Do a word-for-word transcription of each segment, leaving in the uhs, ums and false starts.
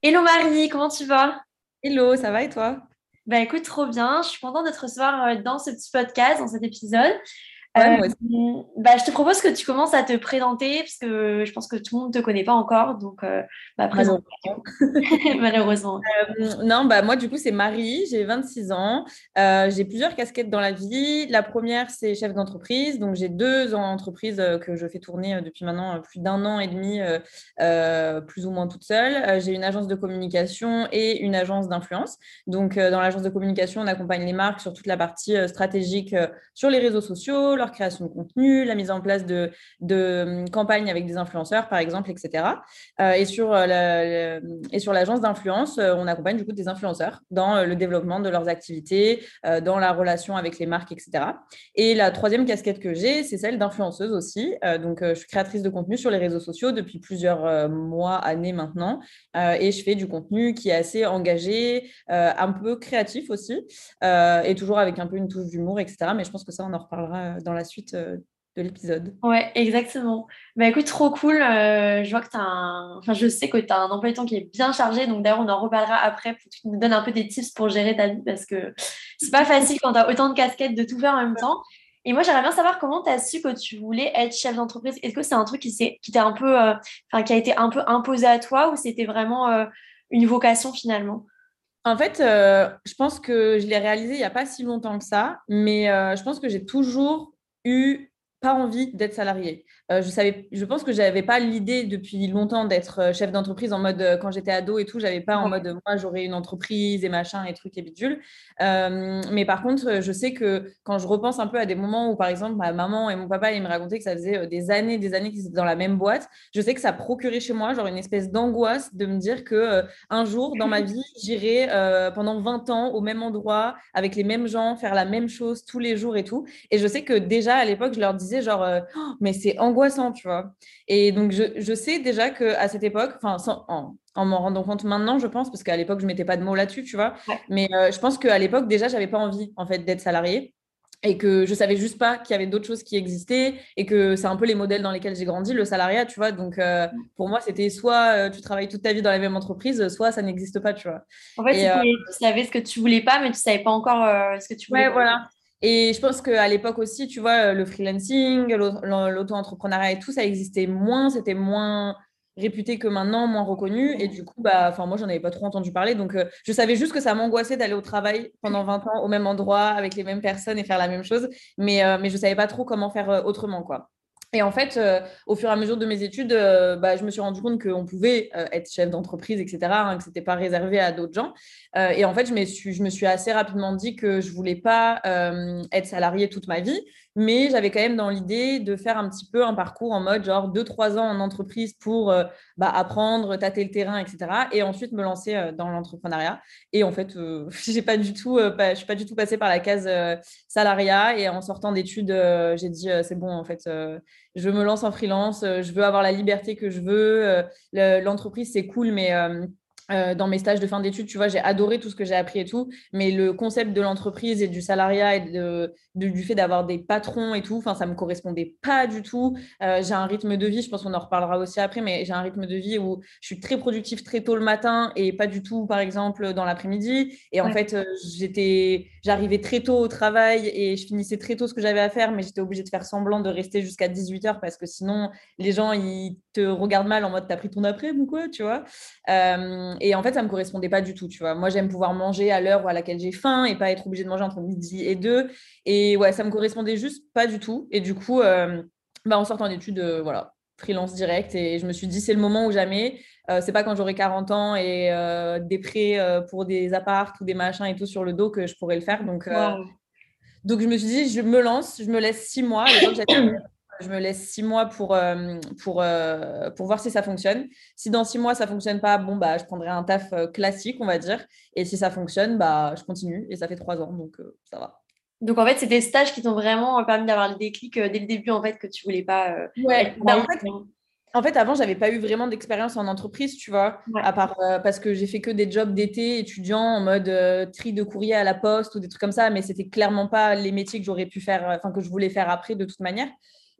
Hello Marie, comment tu vas? Hello, ça va et toi? Bah écoute, trop bien. Je suis contente de te recevoir euh, dans ce petit podcast, dans cet épisode. Ouais, Euh, moi aussi. bah, je te propose que tu commences à te présenter parce que je pense que tout le monde ne te connaît pas encore. Donc, euh, bah, présentation, Malheureusement. malheureusement. Euh, non, bah moi du coup c'est Marie, j'ai vingt-six ans. Euh, j'ai plusieurs casquettes dans la vie. La première c'est chef d'entreprise, donc j'ai deux entreprises euh, que je fais tourner euh, depuis maintenant euh, plus d'un an et demi, euh, euh, plus ou moins toute seule. Euh, j'ai une agence de communication et une agence d'influence. Donc euh, dans l'agence de communication, on accompagne les marques sur toute la partie euh, stratégique euh, sur les réseaux sociaux, leur création de contenu, la mise en place de, de euh, campagnes avec des influenceurs par exemple, et cetera. Euh, et sur euh, la, la- et sur l'agence d'influence, euh, on accompagne du coup des influenceurs dans euh, le développement de leurs activités, euh, dans la relation avec les marques, et cetera. Et la troisième casquette que j'ai, c'est celle d'influenceuse aussi. Euh, donc, euh, je suis créatrice de contenu sur les réseaux sociaux depuis plusieurs euh, mois, années maintenant. Euh, et je fais du contenu qui est assez engagé, euh, un peu créatif aussi, euh, et toujours avec un peu une touche d'humour, et cetera. Mais je pense que ça, on en reparlera euh, dans la suite euh, de l'épisode. Ouais, exactement. Bah écoute, trop cool. Euh, je vois que tu as un... Enfin, je sais que tu as un emploi du temps qui est bien chargé. Donc d'ailleurs, on en reparlera après pour que tu nous donnes un peu des tips pour gérer ta vie parce que c'est pas facile quand tu as autant de casquettes de tout faire en même temps. Et moi, j'aimerais bien savoir comment tu as su que tu voulais être chef d'entreprise. Est-ce que c'est un truc qui s'est, qui t'a un peu, euh, enfin, qui a été un peu imposé à toi ou c'était vraiment euh, une vocation finalement? En fait, euh, je pense que je l'ai réalisé il n'y a pas si longtemps que ça, mais euh, je pense que j'ai toujours eu pas envie d'être salariée. Euh, je savais, je pense que j'avais pas l'idée depuis longtemps d'être euh, chef d'entreprise en mode euh, quand j'étais ado et tout, j'avais pas en mode euh, moi j'aurais une entreprise et machin et trucs et bidules. Euh, mais par contre, euh, je sais que quand je repense un peu à des moments où par exemple ma maman et mon papa ils me racontaient que ça faisait euh, des années, des années qu'ils étaient dans la même boîte, je sais que ça procurait chez moi genre une espèce d'angoisse de me dire que euh, un jour dans ma vie, j'irai euh, pendant vingt ans au même endroit, avec les mêmes gens, faire la même chose tous les jours et tout. Et je sais que déjà à l'époque, je leur disais genre, euh, oh, mais c'est angoissant, tu vois. Et donc, je, je sais déjà qu'à cette époque, enfin, sans- en, en m'en rendant compte maintenant, je pense, parce qu'à l'époque, je mettais pas de mots là-dessus, tu vois. Ouais. Mais euh, je pense qu'à l'époque, déjà, j'avais pas envie, en fait, d'être salariée et que je savais juste pas qu'il y avait d'autres choses qui existaient et que c'est un peu les modèles dans lesquels j'ai grandi, le salariat, tu vois. Donc, euh, pour moi, c'était soit euh, tu travailles toute ta vie dans la même entreprise, soit ça n'existe pas, tu vois. En fait, Et euh, c'était, tu savais ce que tu voulais pas, mais tu savais pas encore euh, ce que tu voulais ouais, pas. voilà. Et je pense qu'à l'époque aussi, tu vois, le freelancing, l'au- l'auto-entrepreneuriat et tout, ça existait moins, c'était moins réputé que maintenant, moins reconnu. Et du coup, bah, enfin, moi, j'en avais pas trop entendu parler. Donc, euh, je savais juste que ça m'angoissait d'aller au travail pendant vingt ans au même endroit, avec les mêmes personnes et faire la même chose. Mais, euh, mais je savais pas trop comment faire euh, autrement, quoi. Et en fait, euh, au fur et à mesure de mes études, euh, bah, je me suis rendu compte qu'on pouvait euh, être chef d'entreprise, et cetera, hein, que ce n'était pas réservé à d'autres gens. Euh, et en fait, je me suis, je me suis assez rapidement dit que je voulais pas euh, être salariée toute ma vie, mais j'avais quand même dans l'idée de faire un petit peu un parcours en mode genre deux, trois ans en entreprise pour euh, bah, apprendre, tâter le terrain, et cetera. Et ensuite me lancer euh, dans l'entrepreneuriat. Et en fait, euh, j'ai pas du tout, euh, pas, je suis pas du tout passée par la case euh, salariat. Et en sortant d'études, euh, j'ai dit euh, c'est bon, en fait, euh, je me lance en freelance, euh, je veux avoir la liberté que je veux. Euh, le- l'entreprise, c'est cool, mais euh, euh, dans mes stages de fin d'études, tu vois, j'ai adoré tout ce que j'ai appris et tout, mais le concept de l'entreprise et du salariat et de, de- du fait d'avoir des patrons et tout, enfin, ça me correspondait pas du tout. Euh, j'ai un rythme de vie, je pense qu'on en reparlera aussi après, mais j'ai un rythme de vie où je suis très productive très tôt le matin et pas du tout, par exemple, dans l'après-midi. Et en Ouais. fait, euh, j'étais, j'arrivais très tôt au travail et je finissais très tôt ce que j'avais à faire, mais j'étais obligée de faire semblant de rester jusqu'à dix-huit heures parce que sinon, les gens, ils te regardent mal en mode, t'as pris ton après ou quoi, tu vois. Euh, et en fait, ça me correspondait pas du tout, tu vois. Moi, j'aime pouvoir manger à l'heure à laquelle j'ai faim et pas être obligée de manger entre midi et deux. Et ouais, ça me correspondait juste pas du tout. Et du coup, euh, bah, en sortant d'études, euh, voilà, freelance direct. Et je me suis dit, c'est le moment ou jamais. Euh, c'est pas quand j'aurai quarante ans et euh, des prêts euh, pour des apparts ou des machins et tout sur le dos que je pourrais le faire. Donc, euh, Waouh. donc je me suis dit, je me lance, je me laisse six mois. À l'époque, j'avais je me laisse six mois pour, euh, pour, euh, pour voir si ça fonctionne. Si dans six mois, ça fonctionne pas, bon, bah, je prendrai un taf euh, classique, on va dire. Et si ça fonctionne, bah, je continue. Et ça fait trois ans, donc euh, ça va. Donc en fait, c'est des stages qui t'ont vraiment euh, permis d'avoir le déclic euh, dès le début, en fait, que tu voulais pas euh, être Ouais, bah, salarié. en fait, en fait, avant, j'avais pas eu vraiment d'expérience en entreprise, tu vois, Ouais. à part euh, parce que j'ai fait que des jobs d'été étudiant en mode euh, tri de courrier à la poste ou des trucs comme ça, mais c'était clairement pas les métiers que j'aurais pu faire, euh, enfin, que je voulais faire après de toute manière.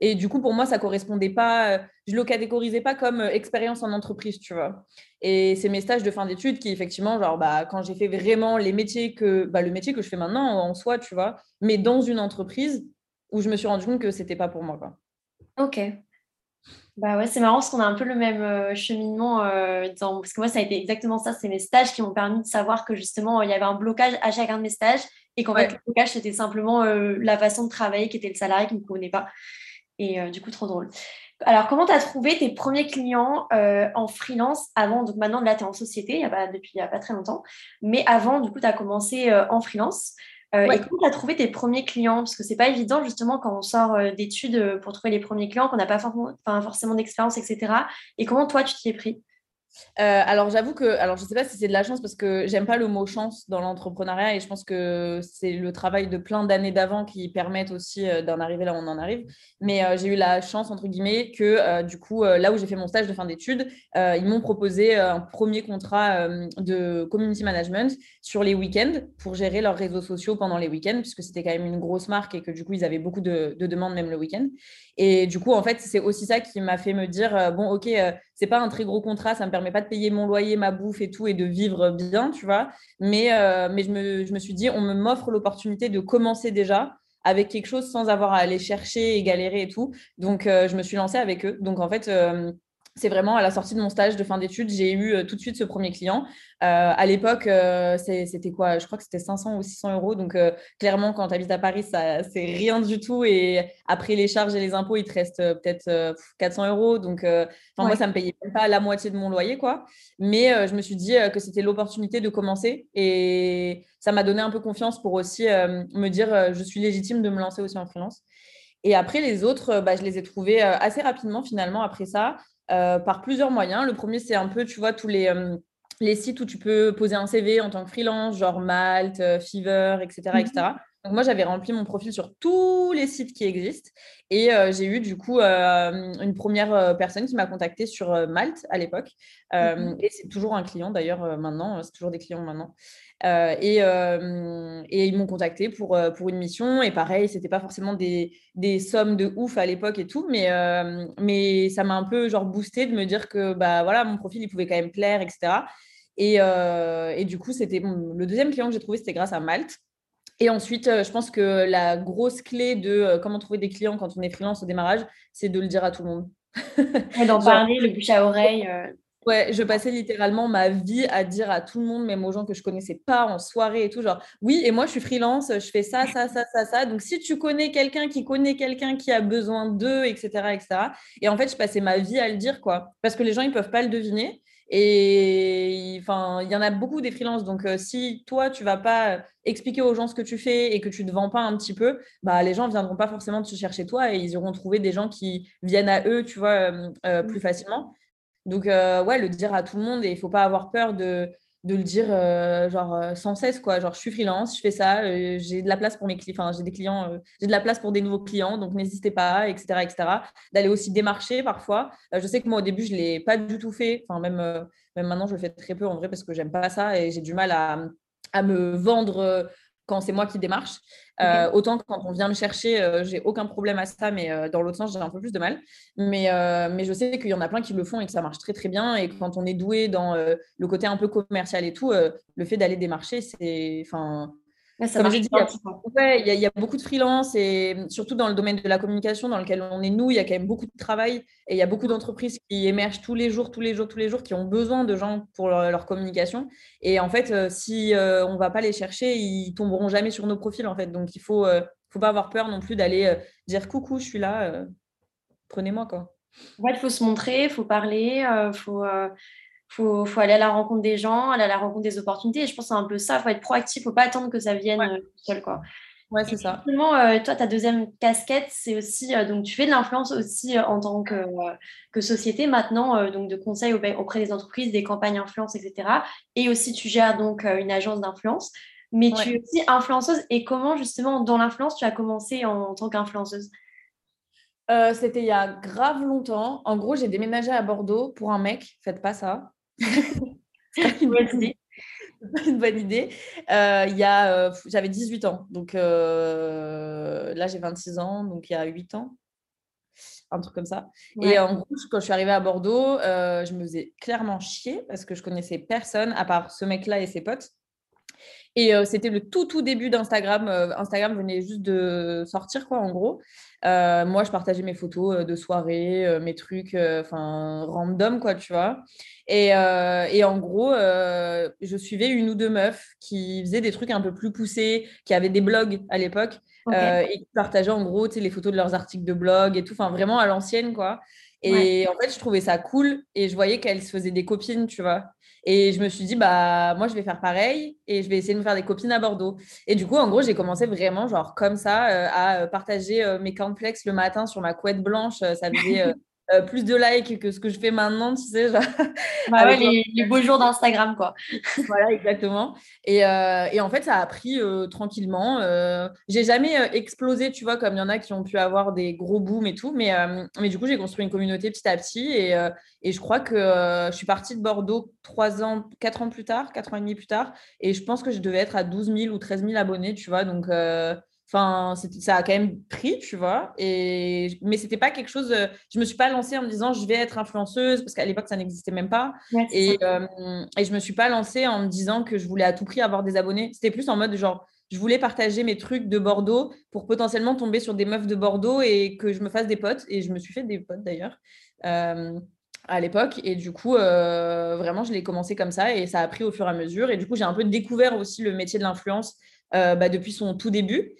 Et du coup, pour moi, ça correspondait pas, euh, je le catégorisais pas comme euh, expérience en entreprise, tu vois. Et c'est mes stages de fin d'études qui, effectivement, genre, bah, quand j'ai fait vraiment les métiers que, bah, le métier que je fais maintenant en soi, tu vois, mais dans une entreprise où je me suis rendu compte que c'était pas pour moi, quoi. Ok. Bah ouais, c'est marrant parce qu'on a un peu le même euh, cheminement euh, dans... parce que moi, ça a été exactement ça. C'est mes stages qui m'ont permis de savoir que justement, il y avait un blocage à chacun de mes stages et qu'en fait, le Ouais. blocage, c'était simplement euh, la façon de travailler qui était le salarié qui ne me convenait pas. Et euh, du coup, trop drôle. Alors, comment tu as trouvé tes premiers clients euh, en freelance avant? Donc maintenant, là, tu es en société, il y a pas, depuis il n'y a pas très longtemps. Mais avant, du coup, tu as commencé euh, en freelance. Euh, et Ouais. comment tu as trouvé tes premiers clients? Parce que c'est pas évident, justement, quand on sort euh, d'études euh, pour trouver les premiers clients, qu'on n'a pas forcément, enfin, forcément d'expérience, et cetera. Et comment toi, tu t'y es pris? Euh, alors j'avoue que, alors je sais pas si c'est de la chance parce que j'aime pas le mot chance dans l'entrepreneuriat et je pense que c'est le travail de plein d'années d'avant qui permettent aussi euh, d'en arriver là où on en arrive. Mais euh, j'ai eu la chance entre guillemets que euh, du coup euh, là où j'ai fait mon stage de fin d'études, euh, ils m'ont proposé euh, un premier contrat euh, de community management sur les week-ends pour gérer leurs réseaux sociaux pendant les week-ends puisque c'était quand même une grosse marque et que du coup ils avaient beaucoup de, de demandes même le week-end. Et du coup en fait c'est aussi ça qui m'a fait me dire euh, bon ok euh, c'est pas un très gros contrat, ça me permet pas de payer mon loyer, ma bouffe et tout et de vivre bien, tu vois. Mais, euh, mais je, me, je me suis dit, on me m'offre l'opportunité de commencer déjà avec quelque chose sans avoir à aller chercher et galérer et tout. Donc, euh, je me suis lancée avec eux. Donc, en fait, euh, c'est vraiment à la sortie de mon stage de fin d'études, j'ai eu euh, tout de suite ce premier client. Euh, à l'époque, euh, c'est- c'était quoi? Je crois que c'était cinq cents ou six cents euros. Donc, euh, clairement, quand tu habites à Paris, ça, c'est rien du tout. Et après les charges et les impôts, il te reste euh, peut-être euh, quatre cents euros. Donc, euh, enfin, moi, Ouais. ça me payait même pas la moitié de mon loyer, quoi. Mais euh, je me suis dit euh, que c'était l'opportunité de commencer. Et ça m'a donné un peu confiance pour aussi euh, me dire, euh, je suis légitime de me lancer aussi en freelance. Et après, les autres, euh, bah, je les ai trouvés euh, assez rapidement, finalement, après ça, euh, par plusieurs moyens. Le premier, c'est un peu, tu vois, tous les, euh, les sites où tu peux poser un C V en tant que freelance, genre Malte, euh, Fiverr, et cetera, et cetera. Donc, moi, j'avais rempli mon profil sur tous les sites qui existent. Et euh, j'ai eu, du coup, euh, une première euh, personne qui m'a contactée sur euh, Malte à l'époque. Euh, Mhm. et c'est toujours un client, d'ailleurs, euh, maintenant. Euh, C'est toujours des clients maintenant. Euh, et, euh, et ils m'ont contacté pour, euh, pour une mission. Et pareil, c'était pas forcément des, des sommes de ouf à l'époque et tout, mais, euh, mais ça m'a un peu genre boosté de me dire que bah voilà, mon profil il pouvait quand même plaire, et cetera. Et, euh, et du coup, c'était bon, le deuxième client que j'ai trouvé, c'était grâce à Malte. Et ensuite, euh, je pense que la grosse clé de euh, comment trouver des clients quand on est freelance au démarrage, c'est de le dire à tout le monde. Ouais, d'en Genre, parler, le bouche à oreille. euh, ouais, je passais littéralement ma vie à dire à tout le monde, même aux gens que je connaissais pas en soirée et tout, genre, oui, et moi je suis freelance, je fais ça, ça, ça, ça, ça. Donc si tu connais quelqu'un qui connaît quelqu'un qui a besoin d'eux, et cetera, et cetera. Et en fait, je passais ma vie à le dire, quoi. Parce que les gens, ils peuvent pas le deviner. Et enfin, il y en a beaucoup des freelances. Donc euh, si toi, tu vas pas expliquer aux gens ce que tu fais et que tu te vends pas un petit peu, bah les gens viendront pas forcément te chercher toi et ils auront trouvé des gens qui viennent à eux, tu vois, euh, euh, plus facilement. Donc, euh, ouais, le dire à tout le monde et il faut pas avoir peur de, de le dire euh, genre euh, sans cesse, quoi. Genre, je suis freelance, je fais ça, euh, j'ai de la place pour mes clients, enfin, j'ai des clients, euh, j'ai de la place pour des nouveaux clients, donc n'hésitez pas, et cetera, et cetera. D'aller aussi démarcher parfois. Euh, je sais que moi, au début, je l'ai pas du tout fait. Enfin, même, euh, même maintenant, je le fais très peu en vrai parce que j'aime pas ça et j'ai du mal à, à me vendre euh, quand c'est moi qui démarche. Euh, Ok. autant que quand on vient me chercher, euh, j'ai aucun problème à ça, mais euh, dans l'autre sens, j'ai un peu plus de mal. Mais, euh, mais je sais qu'il y en a plein qui le font et que ça marche très très bien. Et quand on est doué dans euh, le côté un peu commercial et tout, euh, le fait d'aller démarcher, c'est, enfin, Ouais, ça comme j'ai marche dit, il y bien, a, tu vois. ouais, il y a, il y a beaucoup de freelance et surtout dans le domaine de la communication dans lequel on est nous, il y a quand même beaucoup de travail et il y a beaucoup d'entreprises qui émergent tous les jours, tous les jours, tous les jours, qui ont besoin de gens pour leur, leur communication. Et en fait, euh, si euh, on ne va pas les chercher, ils tomberont jamais sur nos profils en fait. Donc il faut, euh, faut pas avoir peur non plus d'aller euh, dire coucou, je suis là, euh, prenez-moi quoi. En fait, il faut se montrer, il faut parler, il faut, euh, faut, faut aller à la rencontre des gens, aller à la rencontre des opportunités. Et je pense que c'est un peu ça, il faut être proactif, il ne faut pas attendre que ça vienne Ouais, euh, tout seul, quoi. ouais, Et c'est ça. justement, euh, toi, ta deuxième casquette, c'est aussi, euh, donc tu fais de l'influence aussi euh, en tant que, euh, que société maintenant, euh, donc de conseils auprès auprès des entreprises, des campagnes influence, et cetera. Et aussi, tu gères donc euh, une agence d'influence, mais tu Ouais. es aussi influenceuse. Et comment, justement, dans l'influence, tu as commencé en, en tant qu'influenceuse? Euh, c'était il y a grave longtemps. En gros, j'ai déménagé à Bordeaux pour un mec. Faites pas ça. C'est pas une, Mauvaise idée. c'est pas une bonne idée. Euh, il y a, euh, j'avais huit ans. Donc euh, là, j'ai vingt-six ans. Donc il y a huit ans. un truc comme ça. Ouais. Et en gros, quand je suis arrivée à Bordeaux, euh, je me faisais clairement chier parce que je connaissais personne à part ce mec-là et ses potes. Et euh, c'était le tout, tout début d'Instagram. Euh, Instagram venait juste de sortir, quoi, en gros. Euh, moi, je partageais mes photos euh, de soirée, euh, mes trucs, euh, enfin, random, quoi, tu vois. Et, euh, et en gros, euh, je suivais une ou deux meufs qui faisaient des trucs un peu plus poussés, qui avaient des blogs à l'époque, Ok. euh, et qui partageaient, en gros, tu sais, les photos de leurs articles de blog et tout, enfin, vraiment à l'ancienne, quoi. Ouais. Et en fait, je trouvais ça cool et je voyais qu'elles se faisaient des copines, tu vois. Et je me suis dit, bah, moi, je vais faire pareil et je vais essayer de me faire des copines à Bordeaux. Et du coup, en gros, j'ai commencé vraiment, genre, comme ça, euh, à partager euh, mes cornflakes le matin sur ma couette blanche. Euh, Ça faisait euh, euh, plus de likes que ce que je fais maintenant, tu sais, genre, Bah ouais, avec les, les beaux jours d'Instagram, quoi. voilà, exactement. Et, euh, et en fait, ça a pris euh, tranquillement. Euh, j'ai jamais euh, explosé, tu vois, comme il y en a qui ont pu avoir des gros booms et tout. Mais, euh, mais du coup, j'ai construit une communauté petit à petit. Et, euh, et je crois que euh, je suis partie de Bordeaux trois ans, quatre ans plus tard, quatre ans et demi plus tard. Et je pense que je devais être à douze mille ou treize mille abonnés, tu vois. Donc, euh, enfin, c'était- ça a quand même pris, tu vois. Et, mais c'était pas quelque chose. euh, je me suis pas lancée en me disant je vais être influenceuse parce qu'à l'époque, ça n'existait même pas. Ouais, c'est ça. Et, euh, et je me suis pas lancée en me disant que je voulais à tout prix avoir des abonnés. C'était plus en mode genre, je voulais partager mes trucs de Bordeaux pour potentiellement tomber sur des meufs de Bordeaux et que je me fasse des potes. Et je me suis fait des potes d'ailleurs euh, à l'époque. Et du coup, euh, vraiment, je l'ai commencé comme ça et ça a pris au fur et à mesure. Et du coup, j'ai un peu découvert aussi le métier de l'influence. Euh, bah, depuis son tout début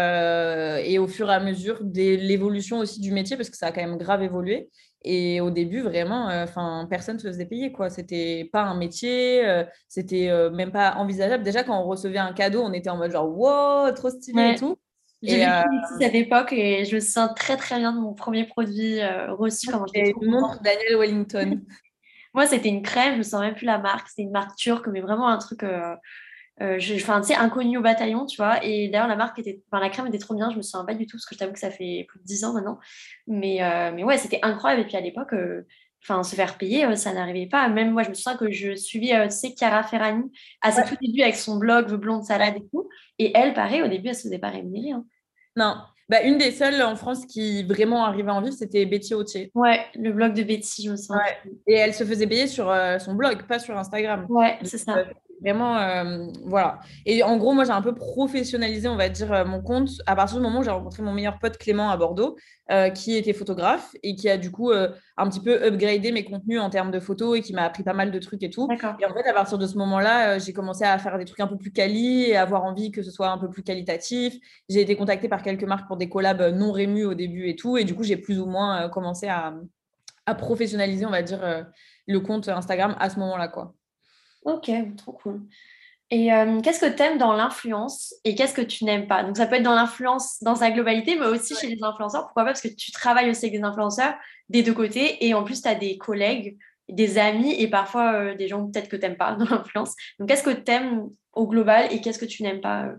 euh, et au fur et à mesure de l'évolution aussi du métier parce que ça a quand même grave évolué. Et au début, vraiment, enfin, personne ne se faisait payer, quoi. C'était pas un métier, euh, c'était euh, même pas envisageable. Déjà, quand on recevait un cadeau, on était en mode genre, wow, trop stylé et Ouais. tout. J'ai Et, euh, vécu aussi cette époque et je me souviens très très bien de mon premier produit euh, reçu, comment j'étais c'était trop une contente. montre Daniel Wellington. Moi, c'était une crème, je me souviens même plus la marque, c'était une marque turque, mais vraiment un truc, euh, euh, je- enfin, tu sais, inconnu au bataillon, tu vois. Et d'ailleurs, la marque était, enfin, la crème était trop bien, je me souviens pas du tout, parce que je t'avoue que ça fait plus de dix ans maintenant. Mais, euh, mais ouais, c'était incroyable. Et puis à l'époque, euh, enfin, se faire payer, euh, ça n'arrivait pas. Même moi, je me souviens que je suivais, euh, tu sais, Chiara Ferragni à ses tout Ouais, débuts avec son blog Le Blond de Salade ouais. et tout. Et elle, pareil, au début, elle se faisait pas rémunérer, hein. Non, bah, une des seules en France qui vraiment arrivait à en vivre, c'était Betty Hautier. Ouais, le blog de Betty, je me souviens Ouais. plus. Et elle se faisait payer sur euh, son blog, pas sur Instagram. Ouais, Donc, c'est euh, ça. vraiment, euh, voilà. Et en gros, moi, j'ai un peu professionnalisé, on va dire, euh, mon compte à partir du moment où j'ai rencontré mon meilleur pote Clément à Bordeaux, euh, qui était photographe et qui a du coup euh, un petit peu upgradé mes contenus en termes de photos et qui m'a appris pas mal de trucs et tout. D'accord. Et en fait, à partir de ce moment-là, euh, j'ai commencé à faire des trucs un peu plus quali et avoir envie que ce soit un peu plus qualitatif. J'ai été contactée par quelques marques pour des collabs non rémus au début et tout. Et du coup, j'ai plus ou moins euh, commencé à à professionnaliser, on va dire, euh, le compte Instagram à ce moment-là, quoi. Ok, trop cool. Et euh, qu'est-ce que tu aimes dans l'influence et qu'est-ce que tu n'aimes pas? Donc, ça peut être dans l'influence dans sa globalité, mais aussi chez les influenceurs. Pourquoi pas? Parce que tu travailles aussi avec des influenceurs des deux côtés et en plus, tu as des collègues, des amis et parfois euh, des gens peut-être que tu n'aimes pas dans l'influence. Donc, qu'est-ce que tu aimes au global et qu'est-ce que tu n'aimes pas? euh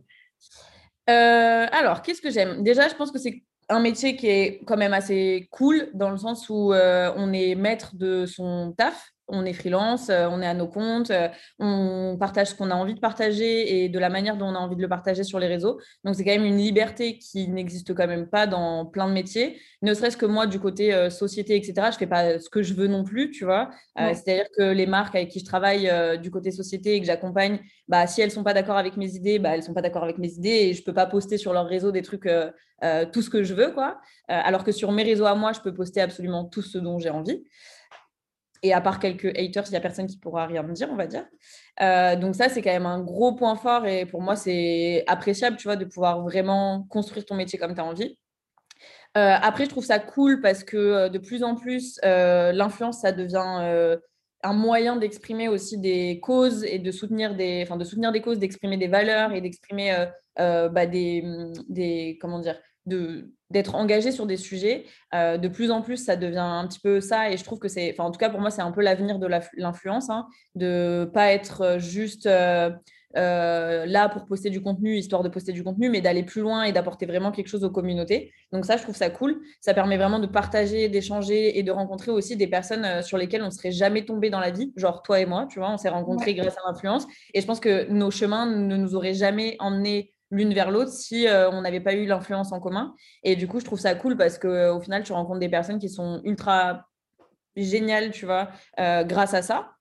Euh, alors, qu'est-ce que j'aime? Déjà, je pense que c'est un métier qui est quand même assez cool dans le sens où euh, on est maître de son taf. On est freelance, euh, on est à nos comptes, euh, on partage ce qu'on a envie de partager et de la manière dont on a envie de le partager sur les réseaux. Donc, c'est quand même une liberté qui n'existe quand même pas dans plein de métiers. Ne serait-ce que moi, du côté euh, société, et cetera, je fais pas ce que je veux non plus, tu vois. Euh, Ouais, c'est-à-dire que les marques avec qui je travaille euh, du côté société et que j'accompagne, bah, si elles sont pas d'accord avec mes idées, bah, elles sont pas d'accord avec mes idées et je peux pas poster sur leur réseau des trucs, euh, euh, tout ce que je veux, quoi. Euh, alors que sur mes réseaux à moi, je peux poster absolument tout ce dont j'ai envie. Et à part quelques haters, il n'y a personne qui pourra rien me dire, on va dire. Euh, donc ça, c'est quand même un gros point fort et pour moi, c'est appréciable, tu vois, de pouvoir vraiment construire ton métier comme tu as envie. Euh, après, je trouve ça cool parce que euh, de plus en plus, euh, l'influence, ça devient euh, un moyen d'exprimer aussi des causes et de soutenir des, enfin, de soutenir des causes, d'exprimer des valeurs et d'exprimer euh, euh, bah, des, des, comment dire, de, d'être engagé sur des sujets. Euh, de plus en plus, ça devient un petit peu ça et je trouve que c'est, enfin, en tout cas, pour moi, c'est un peu l'avenir de la- l'influence, hein, de pas être juste euh, euh, là pour poster du contenu, histoire de poster du contenu, mais d'aller plus loin et d'apporter vraiment quelque chose aux communautés. Donc ça, je trouve ça cool. Ça permet vraiment de partager, d'échanger et de rencontrer aussi des personnes euh, sur lesquelles on ne serait jamais tombé dans la vie, genre toi et moi, tu vois, on s'est ouais, rencontrés grâce à l'influence. Et je pense que nos chemins ne nous auraient jamais emmenés l'une vers l'autre si euh, on n'avait pas eu l'influence en commun. Et du coup, je trouve ça cool parce qu'au final, tu rencontres des personnes qui sont ultra géniales, tu vois, euh, grâce à ça.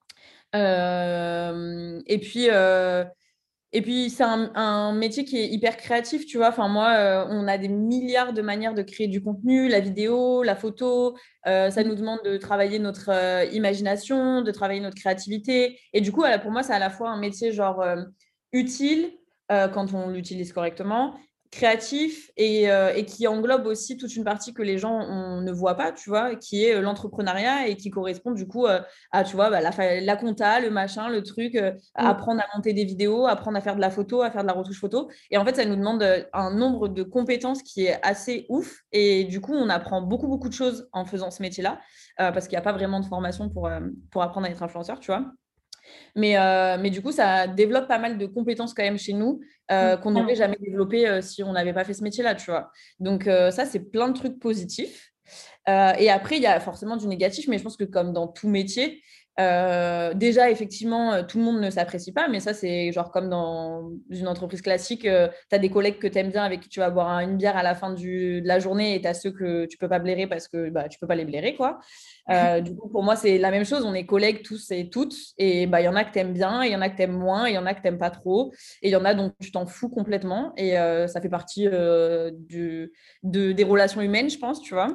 Euh, et puis, euh, et puis c'est un, un métier qui est hyper créatif, tu vois. Enfin, moi, euh, on a des milliards de manières de créer du contenu, la vidéo, la photo. Euh, ça nous demande de travailler notre euh, imagination, de travailler notre créativité. Et du coup, voilà, pour moi, c'est à la fois un métier genre euh, utile euh, quand on l'utilise correctement, créatif et, euh, et qui englobe aussi toute une partie que les gens on ne voient pas, tu vois, qui est euh, l'entrepreneuriat et qui correspond du coup euh, à, tu vois, bah, la, la compta, le machin, le truc, euh, apprendre à monter des vidéos, apprendre à faire de la photo, à faire de la retouche photo. Et en fait, ça nous demande euh, un nombre de compétences qui est assez ouf. Et du coup, on apprend beaucoup, beaucoup de choses en faisant ce métier-là, euh, parce qu'il n'y a pas vraiment de formation pour, euh, pour apprendre à être influenceur, tu vois. Mais, euh, mais du coup, ça développe pas mal de compétences quand même chez nous euh, qu'on n'aurait jamais développées euh, si on n'avait pas fait ce métier-là, tu vois. Donc euh, ça, c'est plein de trucs positifs. Euh, et après, il y a forcément du négatif, mais je pense que comme dans tout métier, euh, déjà, effectivement, euh, tout le monde ne s'apprécie pas, mais ça, c'est genre comme dans une entreprise classique, euh, tu as des collègues que tu aimes bien avec qui tu vas boire un- une bière à la fin du- de la journée et tu as ceux que tu peux pas blairer parce que bah, tu peux pas les blairer, quoi. Euh, du coup, pour moi, c'est la même chose. On est collègues tous et toutes. Et bah, il y en a que tu aimes bien, il y en a que tu aimes moins, il y en a que tu n'aimes pas trop. Et il y en a dont tu t'en fous complètement. Et euh, ça fait partie euh, du, de, des relations humaines, je pense, tu vois.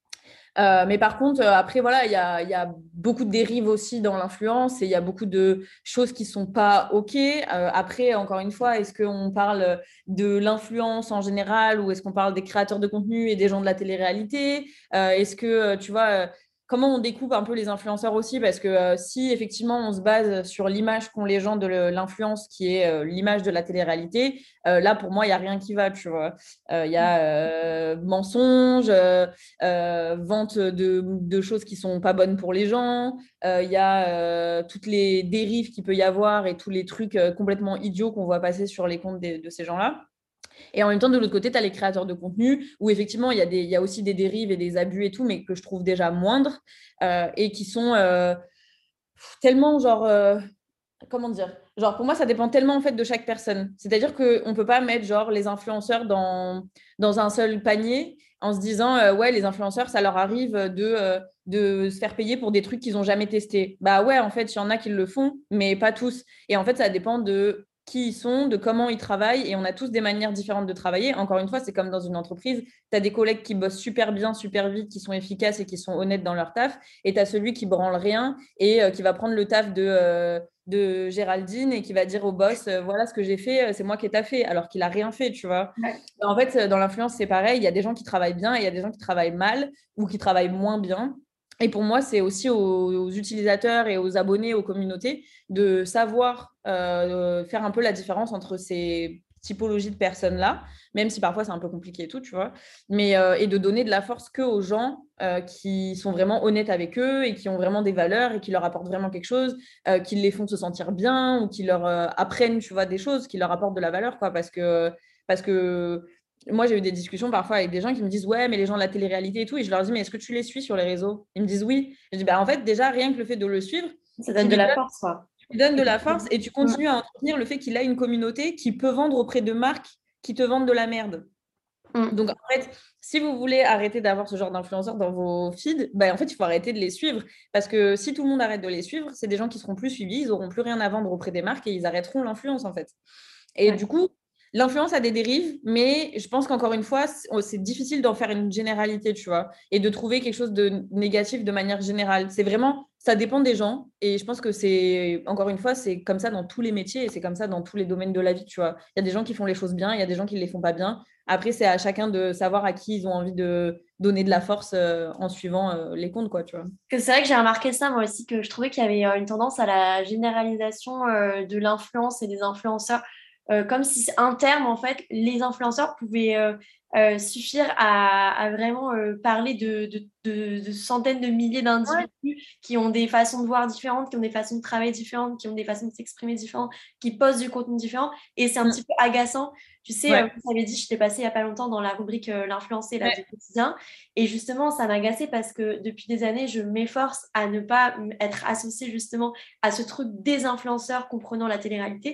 Euh, mais par contre, euh, après, voilà, il y a, y a beaucoup de dérives aussi dans l'influence et il y a beaucoup de choses qui ne sont pas OK. Euh, après, encore une fois, est-ce qu'on parle de l'influence en général ou est-ce qu'on parle des créateurs de contenu et des gens de la télé-réalité? Euh, est-ce que, euh, tu vois, euh, comment on découpe un peu les influenceurs aussi? Parce que euh, si effectivement on se base sur l'image qu'ont les gens de l'influence, qui est euh, l'image de la télé-réalité, euh, là, pour moi, il n'y a rien qui va, tu vois. Euh, Il y a euh, mensonges. Euh, euh, vente de, de, choses qui sont pas bonnes pour les gens. Il euh, y a euh, toutes les dérives qu'il peut y avoir et tous les trucs euh, complètement idiots qu'on voit passer sur les comptes de, de ces gens-là. Et en même temps, de l'autre côté, tu as les créateurs de contenu où effectivement, il y, a des, il y a aussi des dérives et des abus et tout, mais que je trouve déjà moindres euh, et qui sont euh, tellement genre... Euh, comment dire? Genre, pour moi, ça dépend tellement en fait de chaque personne. C'est-à-dire qu'on ne peut pas mettre genre les influenceurs dans, dans un seul panier en se disant euh, ouais, les influenceurs, ça leur arrive de, euh, de se faire payer pour des trucs qu'ils n'ont jamais testés. Bah ouais, en fait, il y en a qui le font, mais pas tous. Et en fait, ça dépend de qui ils sont, de comment ils travaillent, et on a tous des manières différentes de travailler. Encore une fois, c'est comme dans une entreprise, tu as des collègues qui bossent super bien, super vite, qui sont efficaces et qui sont honnêtes dans leur taf, et tu as celui qui branle rien et euh, qui va prendre le taf de... Euh, de Géraldine et qui va dire au boss euh, voilà ce que j'ai fait, euh, c'est moi qui ai taffé, alors qu'il a rien fait, tu vois. Ouais. En fait, euh, dans l'influence, c'est pareil, il y a des gens qui travaillent bien et il y a des gens qui travaillent mal ou qui travaillent moins bien. Et pour moi, c'est aussi aux, aux utilisateurs et aux abonnés, aux communautés, de savoir euh, faire un peu la différence entre ces typologies de personnes-là, même si parfois c'est un peu compliqué et tout, tu vois, mais euh, et de donner de la force que aux gens euh, qui sont vraiment honnêtes avec eux et qui ont vraiment des valeurs et qui leur apportent vraiment quelque chose, euh, qui les font se sentir bien ou qui leur euh, apprennent, tu vois, des choses, qui leur apportent de la valeur, quoi, parce que, parce que moi, j'ai eu des discussions parfois avec des gens qui me disent ouais, mais les gens de la télé-réalité et tout, et je leur dis mais est-ce que tu les suis sur les réseaux? Ils me disent oui. Je dis bah en fait déjà rien que le fait de le suivre, Ça tu donne de lui la donnes, force, quoi. tu lui donnes de la force et tu Mm. continues à entretenir le fait qu'il a une communauté qui peut vendre auprès de marques qui te vendent de la merde. Mm. Donc, en fait, si vous voulez arrêter d'avoir ce genre d'influenceurs dans vos feeds, ben, en fait, il faut arrêter de les suivre. Parce que si tout le monde arrête de les suivre, c'est des gens qui seront plus suivis, ils n'auront plus rien à vendre auprès des marques et ils arrêteront l'influence, en fait. Et Ouais. du coup, l'influence a des dérives, mais je pense qu'encore une fois, c'est oh, c'est difficile d'en faire une généralité, tu vois, et de trouver quelque chose de négatif de manière générale. C'est vraiment, ça dépend des gens, et je pense que c'est, encore une fois, c'est comme ça dans tous les métiers, et c'est comme ça dans tous les domaines de la vie, tu vois. Il y a des gens qui font les choses bien, il y a des gens qui ne les font pas bien. Après, c'est à chacun de savoir à qui ils ont envie de donner de la force euh, en suivant euh, les comptes, quoi, tu vois. Que c'est vrai que j'ai remarqué ça moi aussi, que je trouvais qu'il y avait euh, une tendance à la généralisation euh, de l'influence et des influenceurs, euh, comme si un terme, en fait, les influenceurs pouvaient euh, euh, suffire à, à vraiment euh, parler de, de- de- de centaines de milliers Ouais. d'individus qui ont des façons de voir différentes, qui ont des façons de travailler différentes, qui ont des façons de s'exprimer différentes, qui posent du contenu différent. Et c'est un Mm. petit peu agaçant. Tu sais, euh, Ouais. vous avez dit, je t'ai passé il n'y a pas longtemps dans la rubrique euh, L'influencé là, du Ouais. quotidien. Et justement, ça m'a agacée parce que depuis des années, je m'efforce à ne pas être associée justement à ce truc des influenceurs comprenant la télé-réalité.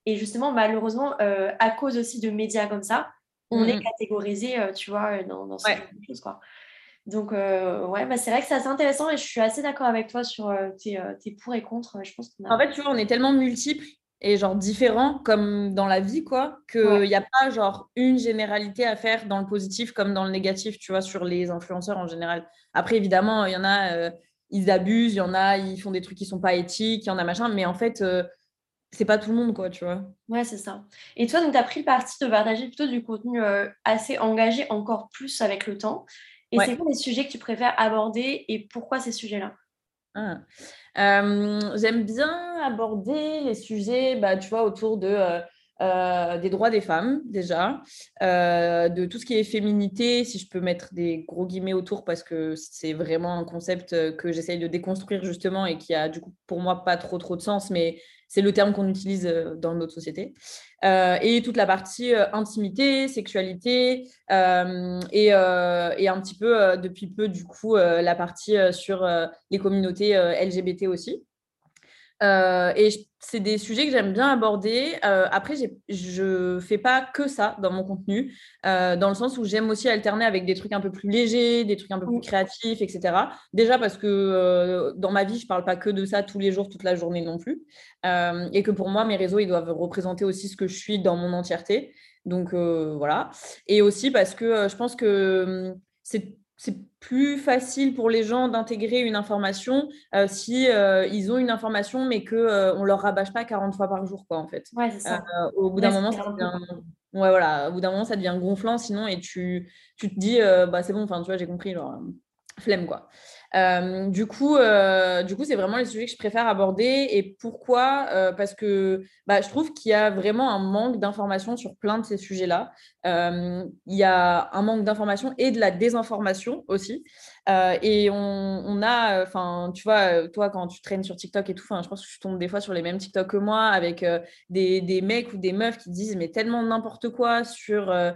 Et justement, malheureusement, euh, à cause aussi de médias comme ça, on est Mm, mm. catégorisé, euh, tu vois, dans, dans ce Ouais. genre de choses, quoi. Donc, euh, ouais, bah, c'est vrai que c'est assez intéressant et je suis assez d'accord avec toi sur euh, tes, euh, tes pour et contre. Je pense qu'on En a... fait, tu vois, on est tellement multiples et genre différents comme dans la vie, quoi, qu'il Ouais, n'y a pas genre une généralité à faire dans le positif comme dans le négatif, tu vois, sur les influenceurs en général. Après, évidemment, il y en a, euh, ils abusent, il y en a, ils font des trucs qui sont pas éthiques, il y en a machin, mais en fait, euh, c'est pas tout le monde, quoi, tu vois. ouais, c'est ça. Et toi, donc, tu as pris le parti de partager plutôt du contenu euh, assez engagé, encore plus avec le temps. Et c'est Ouais. quoi les sujets que tu préfères aborder et pourquoi ces sujets-là? Ah. Euh, j'aime bien aborder les sujets, bah, tu vois, autour de, euh, euh, des droits des femmes, déjà, euh, de tout ce qui est féminité, si je peux mettre des gros guillemets autour, parce que c'est vraiment un concept euh, que j'essaye de déconstruire, justement, et qui a, du coup, pour moi, pas trop, trop de sens, mais c'est le terme qu'on utilise euh, dans notre société. Euh, et toute la partie euh, intimité, sexualité, euh, et, euh, et un petit peu, euh, depuis peu, du coup, euh, la partie euh, sur euh, les communautés euh, L G B T aussi. Euh, et je- c'est des sujets que j'aime bien aborder. Euh, après, j'ai- je fais pas que ça dans mon contenu, euh, dans le sens où j'aime aussi alterner avec des trucs un peu plus légers, des trucs un peu plus Mm. créatifs, et cetera. Déjà parce que euh, dans ma vie, je parle pas que de ça tous les jours, toute la journée non plus. Euh, et que pour moi, mes réseaux, ils doivent représenter aussi ce que je suis dans mon entièreté. Donc euh, voilà. Et aussi parce que euh, je pense que hum, c'est c'est plus facile pour les gens d'intégrer une information euh, si euh, ils ont une information mais que euh, on leur rabâche pas quarante fois par jour, quoi, en fait. Ouais, c'est Euh, ça. au bout d'un moment ça Respirer un peu, devient quoi. ouais, voilà, au bout d'un moment ça devient gonflant sinon, et tu, tu te dis euh, bah c'est bon, enfin tu vois, j'ai compris, genre euh, flemme, quoi. Euh, du coup, euh, du coup, c'est vraiment les sujets que je préfère aborder. Et pourquoi? Euh, parce que bah, je trouve qu'il y a vraiment un manque d'informations sur plein de ces sujets-là. Euh, il y a un manque d'information et de la désinformation aussi. Euh, et on, on a, enfin, tu vois, toi, quand tu traînes sur TikTok et tout, enfin, je pense que tu tombes des fois sur les mêmes TikTok que moi, avec euh, des, des mecs ou des meufs qui disent mais tellement n'importe quoi sur euh,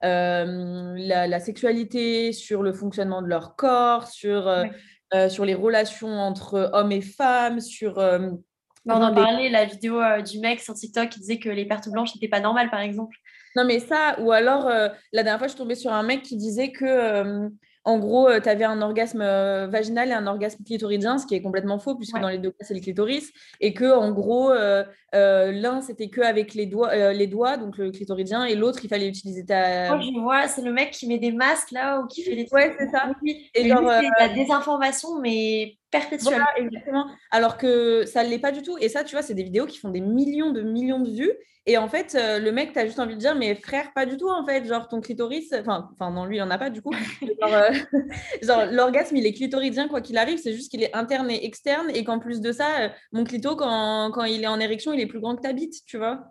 euh, la, la sexualité, sur le fonctionnement de leur corps, sur, euh, Ouais. euh, sur les relations entre hommes et femmes, sur euh, Bah, on enfin, en des... parlait, la vidéo euh, du mec sur TikTok qui disait que les pertes blanches n'étaient pas normales, par exemple. Non, mais ça, ou alors, euh, la dernière fois, je suis tombée sur un mec qui disait que, euh, en gros, tu avais un orgasme euh, vaginal et un orgasme clitoridien, ce qui est complètement faux, puisque Ouais. dans les deux cas, c'est le clitoris, et que, en gros, euh, euh, l'un, c'était que avec les doigts, euh, les doigts, donc le clitoridien, et l'autre, il fallait utiliser ta... Moi, je vois, c'est le mec qui met des masques là ou qui fait des trucs. Ouais, c'est ça. Oui, Et mais genre, lui, euh, c'est de la désinformation, mais voilà, perpétuelle. exactement. Alors que ça ne l'est pas du tout. Et ça, tu vois, c'est des vidéos qui font des millions de millions de vues. Et en fait, euh, le mec, tu as juste envie de dire, mais frère, pas du tout, en fait. Genre, ton clitoris, enfin, enfin non, lui, il n'en a pas du coup. Genre, euh, genre, l'orgasme, il est clitoridien, quoi qu'il arrive. C'est juste qu'il est interne et externe. Et qu'en plus de ça, euh, mon clito, quand, quand il est en érection, il est plus grand que ta bite, tu vois.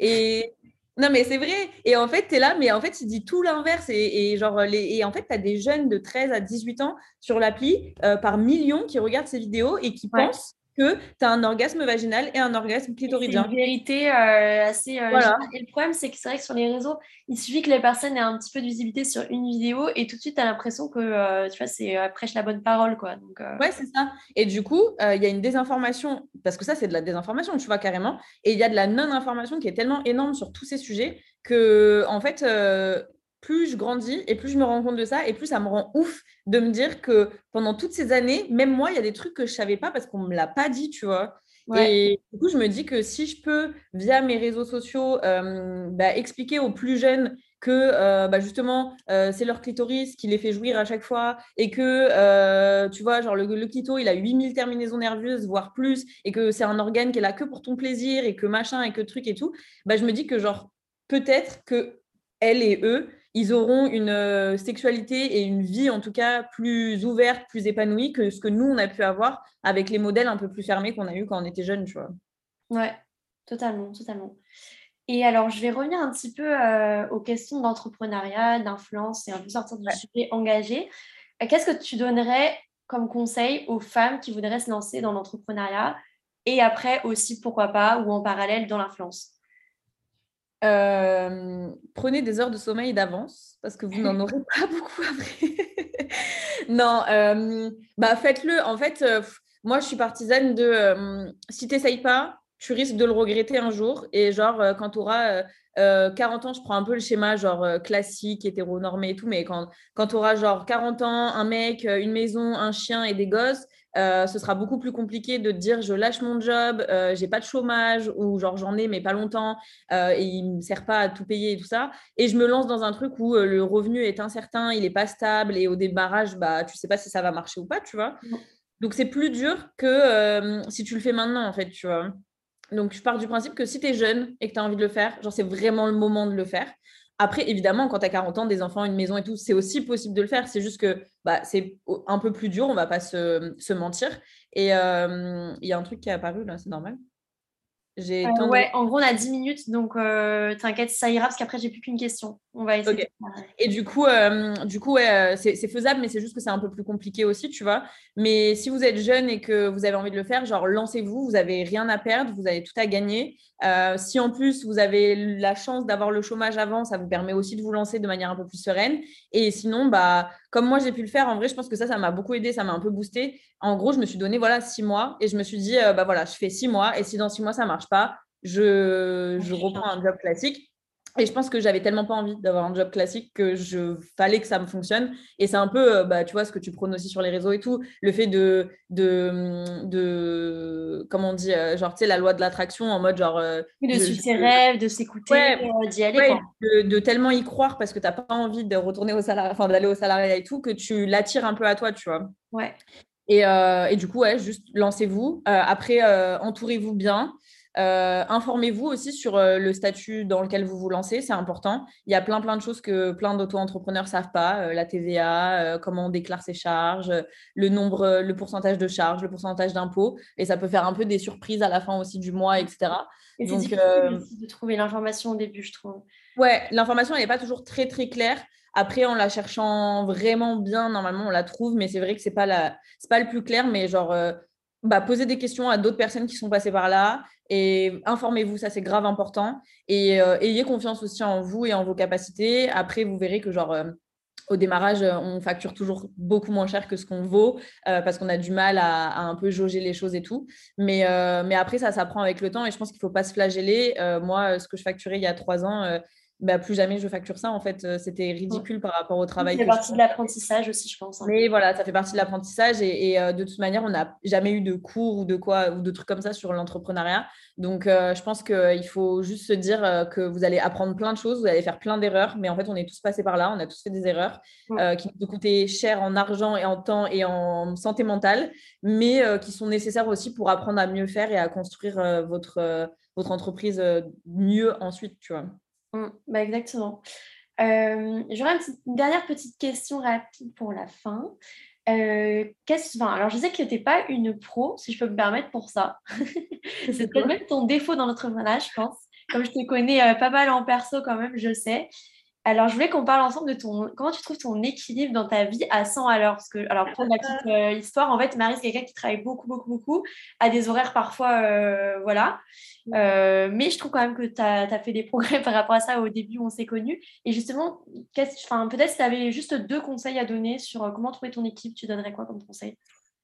Et non, mais c'est vrai. Et en fait, tu es là, mais en fait, il dit tout l'inverse. Et, et genre, les... et en fait, tu as des jeunes de treize à dix-huit ans sur l'appli euh, par millions qui regardent ces vidéos et qui Ouais. pensent que tu as un orgasme vaginal et un orgasme Et c'est une clitoridien. vérité euh, assez euh, générale. Voilà. Et le problème, c'est que c'est vrai que sur les réseaux, il suffit que les personnes aient un petit peu de visibilité sur une vidéo et tout de suite, tu as l'impression que euh, tu vois, c'est euh, prêche la bonne parole, quoi. Donc, euh, Ouais, c'est ça. Et du coup, euh, il y a une désinformation, parce que ça, c'est de la désinformation, tu vois, carrément. Et il y a de la non-information qui est tellement énorme sur tous ces sujets que, en fait, euh, plus je grandis et plus je me rends compte de ça, et plus ça me rend ouf de me dire que pendant toutes ces années, même moi, il y a des trucs que je savais pas parce qu'on me l'a pas dit, tu vois. ouais. Et du coup, je me dis que si je peux, via mes réseaux sociaux, euh, bah, expliquer aux plus jeunes que euh, bah, justement, euh, c'est leur clitoris qui les fait jouir à chaque fois, et que, euh, tu vois, genre le, le clito, il a huit mille terminaisons nerveuses, voire plus, et que c'est un organe qui est là que pour ton plaisir, et que machin, et que truc et tout, bah, je me dis que, genre, peut-être que elle et eux, ils auront une euh, sexualité et une vie, en tout cas, plus ouverte, plus épanouie que ce que nous, on a pu avoir avec les modèles un peu plus fermés qu'on a eu quand on était jeunes, tu vois. Ouais, totalement, totalement. Et alors, je vais revenir un petit peu euh, aux questions d'entrepreneuriat, d'influence et un peu sortir du Ouais. sujet engagé. Euh, Qu'est-ce que tu donnerais comme conseil aux femmes qui voudraient se lancer dans l'entrepreneuriat et après aussi, pourquoi pas, ou en parallèle dans l'influence? Euh, prenez des heures de sommeil d'avance parce que vous n'en aurez pas beaucoup après. Non, euh, bah faites-le. En fait, euh, pff, moi, je suis partisane de euh, si tu n'essayes pas, tu risques de le regretter un jour. Et genre, euh, quand tu auras euh, euh, quarante ans, je prends un peu le schéma genre euh, classique, hétéronormé et tout, mais quand, quand tu auras genre quarante ans, un mec, euh, une maison, un chien et des gosses, euh, ce sera beaucoup plus compliqué de te dire je lâche mon job, euh, j'ai pas de chômage ou genre j'en ai mais pas longtemps euh, et il me sert pas à tout payer et tout ça. Et je me lance dans un truc où euh, le revenu est incertain, il est pas stable et au démarrage, bah, tu sais pas si ça va marcher ou pas, tu vois. Donc c'est plus dur que euh, si tu le fais maintenant en fait, tu vois. Donc, je pars du principe que si tu es jeune et que tu as envie de le faire, genre, c'est vraiment le moment de le faire. Après, évidemment, quand tu as quarante ans, des enfants, une maison et tout, c'est aussi possible de le faire. C'est juste que bah, c'est un peu plus dur, on va pas se, se mentir. Et euh, il y a un truc qui est apparu là, c'est normal. Euh, J'ai temps de... ouais, en gros, on a dix minutes, donc euh, t'inquiète, ça ira parce qu'après, j'ai plus qu'une question. On va essayer Ok. de... Et du coup, euh, du coup ouais, euh, c'est c'est faisable, mais c'est juste que c'est un peu plus compliqué aussi, tu vois. Mais si vous êtes jeune et que vous avez envie de le faire, genre lancez-vous, vous avez rien à perdre, vous avez tout à gagner. Euh, si en plus vous avez la chance d'avoir le chômage avant, ça vous permet aussi de vous lancer de manière un peu plus sereine. Et sinon, bah, comme moi j'ai pu le faire, en vrai, je pense que ça, ça m'a beaucoup aidé, ça m'a un peu boosté. En gros, je me suis donné voilà six mois et je me suis dit, euh, bah voilà, je fais six mois et si dans six mois ça marche pas, je, je reprends un job classique. Et je pense que j'avais tellement pas envie d'avoir un job classique que je fallait que ça me fonctionne. Et c'est un peu, euh, bah, tu vois, ce que tu prônes aussi sur les réseaux et tout, le fait de, de, de comment on dit, euh, genre, tu sais, la loi de l'attraction en mode genre, euh, De je, je- suivre ses rêves, de s'écouter, ouais, euh, d'y aller, ouais, quoi. de, de tellement y croire parce que t'as pas envie de retourner au salariat, enfin, d'aller au salariat et tout, que tu l'attires un peu à toi, tu vois. Ouais. Et, euh, et du coup, ouais, juste lancez-vous. Euh, après, euh, entourez-vous bien. Euh, informez-vous aussi sur euh, le statut dans lequel vous vous lancez, c'est important. Il y a plein, plein de choses que plein d'auto-entrepreneurs ne savent pas. Euh, la T V A, euh, comment on déclare ses charges, euh, le nombre, euh, le pourcentage de charges, le pourcentage d'impôts. Et ça peut faire un peu des surprises à la fin aussi du mois, et cetera. Et c'est Donc, difficile euh, aussi de trouver l'information au début, je trouve. ouais, l'information, elle n'est pas toujours très, très claire. Après, en la cherchant vraiment bien, normalement, on la trouve, mais c'est vrai que c'est pas la... c'est pas le plus clair, mais genre, euh, bah, posez des questions à d'autres personnes qui sont passées par là et informez-vous, ça, c'est grave important. Et euh, ayez confiance aussi en vous et en vos capacités. Après, vous verrez que, genre, euh, au démarrage, euh, on facture toujours beaucoup moins cher que ce qu'on vaut euh, parce qu'on a du mal à, à un peu jauger les choses et tout. Mais, euh, mais après, ça s'apprend avec le temps et je pense qu'il ne faut pas se flageller. Euh, moi, ce que je facturais il y a trois ans, euh, bah, plus jamais je facture ça. En fait, euh, c'était Mm. ridicule par rapport au Ça travail fait que je partie fais. de l'apprentissage aussi, je pense, un peu. Mais voilà, ça fait partie de l'apprentissage et, et, euh, de toute manière, on n'a jamais eu de cours ou de quoi ou de trucs comme ça sur l'entrepreneuriat. Donc, euh, je pense qu'il faut juste se dire euh, que vous allez apprendre plein de choses, vous allez faire plein d'erreurs, mais en fait, on est tous passés par là, on a tous fait des erreurs Mm. euh, qui nous ont coûté cher en argent et en temps et en santé mentale, mais euh, qui sont nécessaires aussi pour apprendre à mieux faire et à construire euh, votre, euh, votre entreprise euh, mieux ensuite, tu vois. Mm. Bah, exactement. Euh, j'aurais une, petite- une dernière petite question rapide pour la fin. Euh, qu'est-ce, enfin, alors, je sais que tu n'es pas une pro, si je peux me permettre pour ça. C'est C'est peut-être quoi? même ton défaut dans l'entrepreneuriat, je pense. Comme je te connais euh, pas mal en perso quand même, je sais. Alors, je voulais qu'on parle ensemble de ton... Comment tu trouves ton équilibre dans ta vie à cent à l'heure? Parce que, alors, pour la petite euh, histoire, en fait, Marie, c'est quelqu'un qui travaille beaucoup, beaucoup, beaucoup, à des horaires parfois, euh, voilà. Euh, mais je trouve quand même que tu as fait des progrès par rapport à ça au début où on s'est connus. Et justement, qu'est-ce- enfin, peut-être si tu avais juste deux conseils à donner sur euh, comment trouver ton équipe, tu donnerais quoi comme conseil?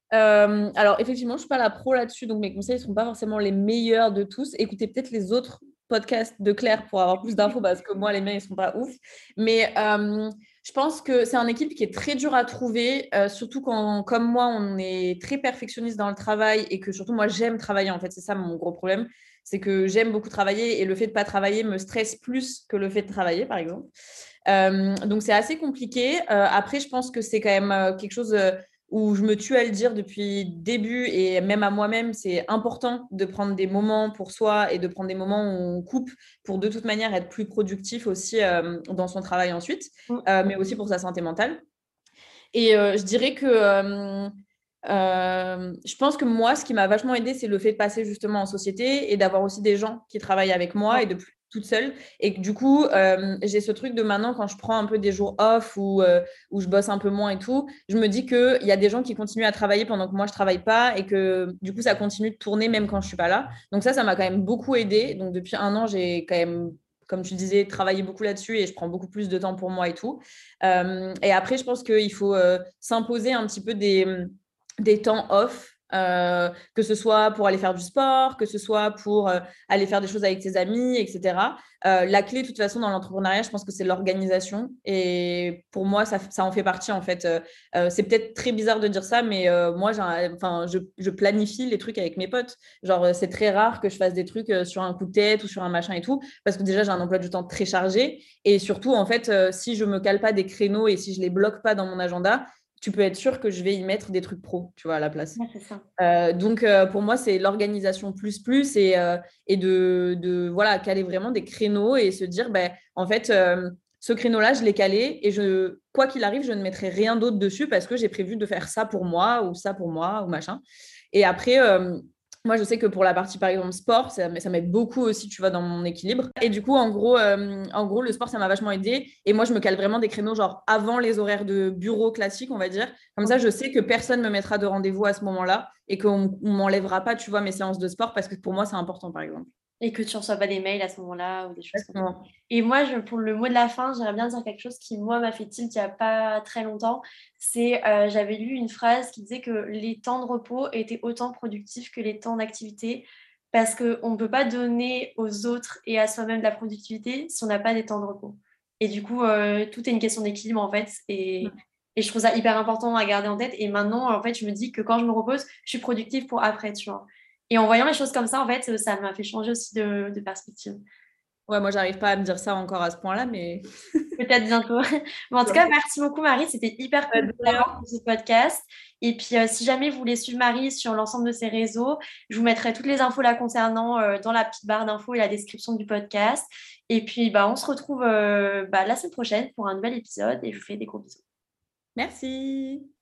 Euh, alors, effectivement, je ne suis pas la pro là-dessus, donc mes conseils ne seront pas forcément les meilleurs de tous. Écoutez peut-être les autres podcasts de Claire pour avoir plus d'infos, parce que moi, les miens, ils ne sont pas ouf. Mais euh, je pense que c'est un équipe qui est très dur à trouver, euh, surtout quand, comme moi, on est très perfectionniste dans le travail et que surtout, moi, j'aime travailler. En fait, c'est ça mon gros problème. C'est que j'aime beaucoup travailler et le fait de ne pas travailler me stresse plus que le fait de travailler, par exemple. Euh, donc, c'est assez compliqué. Euh, après, je pense que c'est quand même euh, quelque chose euh, où je me tue à le dire depuis le début et même à moi-même, c'est important de prendre des moments pour soi et de prendre des moments où on coupe pour de toute manière être plus productif aussi euh, dans son travail ensuite, Mm. euh, mais aussi pour sa santé mentale. Et euh, je dirais que euh, euh, je pense que moi, ce qui m'a vachement aidé, c'est le fait de passer justement en société et d'avoir aussi des gens qui travaillent avec moi Ouais. et de plus être toute seule. Et que du coup, euh, j'ai ce truc de maintenant, quand je prends un peu des jours off ou euh, où je bosse un peu moins et tout, je me dis qu'il y a des gens qui continuent à travailler pendant que moi, je travaille pas et que du coup, ça continue de tourner même quand je suis pas là. Donc ça, ça m'a quand même beaucoup aidé. Donc depuis un an, j'ai quand même, comme tu disais, travaillé beaucoup là-dessus et je prends beaucoup plus de temps pour moi et tout. Euh, et après, je pense qu'il faut euh, s'imposer un petit peu des, des temps off Euh, que ce soit pour aller faire du sport, que ce soit pour euh, aller faire des choses avec tes amis, et cetera. Euh, la clé, de toute façon, dans l'entrepreneuriat, je pense que c'est l'organisation. Et pour moi, ça, ça en fait partie, en fait. Euh, euh, c'est peut-être très bizarre de dire ça, mais euh, moi, j'ai un- enfin, je, je planifie les trucs avec mes potes. Genre, euh, c'est très rare que je fasse des trucs euh, sur un coup de tête ou sur un machin et tout, parce que déjà, j'ai un emploi du temps très chargé. Et surtout, en fait, euh, si je me cale pas des créneaux et si je les bloque pas dans mon agenda, tu peux être sûr que je vais y mettre des trucs pro, tu vois, à la place. Ouais, c'est ça. Euh, donc, euh, pour moi, c'est l'organisation plus plus et, euh, et de, de voilà, caler vraiment des créneaux et se dire, ben, en fait, euh, ce créneau-là, je l'ai calé et je, quoi qu'il arrive, je ne mettrai rien d'autre dessus parce que j'ai prévu de faire ça pour moi ou ça pour moi ou machin. Et après, euh, moi, je sais que pour la partie, par exemple, sport, ça, ça m'aide beaucoup aussi, tu vois, dans mon équilibre. Et du coup, en gros, euh, en gros, le sport, ça m'a vachement aidé. Et moi, je me cale vraiment des créneaux, genre avant les horaires de bureau classiques, on va dire. Comme ça, je sais que personne ne me mettra de rendez-vous à ce moment-là et qu'on ne m'enlèvera pas, tu vois, mes séances de sport parce que pour moi, c'est important, par exemple. Et que tu reçois pas des mails à ce moment-là ou des choses comme ça. Exactement. Et moi, je, pour le mot de la fin, j'aimerais bien dire quelque chose qui, moi, m'a fait tilt il n'y a pas très longtemps. C'est, euh, j'avais lu une phrase qui disait que les temps de repos étaient autant productifs que les temps d'activité parce qu'on ne peut pas donner aux autres et à soi-même de la productivité si on n'a pas des temps de repos. Et du coup, euh, tout est une question d'équilibre, en fait. Et, et je trouve ça hyper important à garder en tête. Et maintenant, en fait, je me dis que quand je me repose, je suis productive pour après, tu vois. Et en voyant les choses comme ça, en fait, ça m'a fait changer aussi de, de perspective. Ouais, moi, j'arrive pas à me dire ça encore à ce point-là, mais. Peut-être bientôt. Mais en tout cas, merci beaucoup, Marie. C'était hyper Ouais, cool de de rien. t'avoir pour ce podcast. Et puis, euh, si jamais vous voulez suivre Marie sur l'ensemble de ses réseaux, je vous mettrai toutes les infos la concernant euh, dans la petite barre d'infos et la description du podcast. Et puis, bah, on se retrouve euh, bah, la semaine prochaine pour un nouvel épisode et je vous fais des gros bisous. Merci.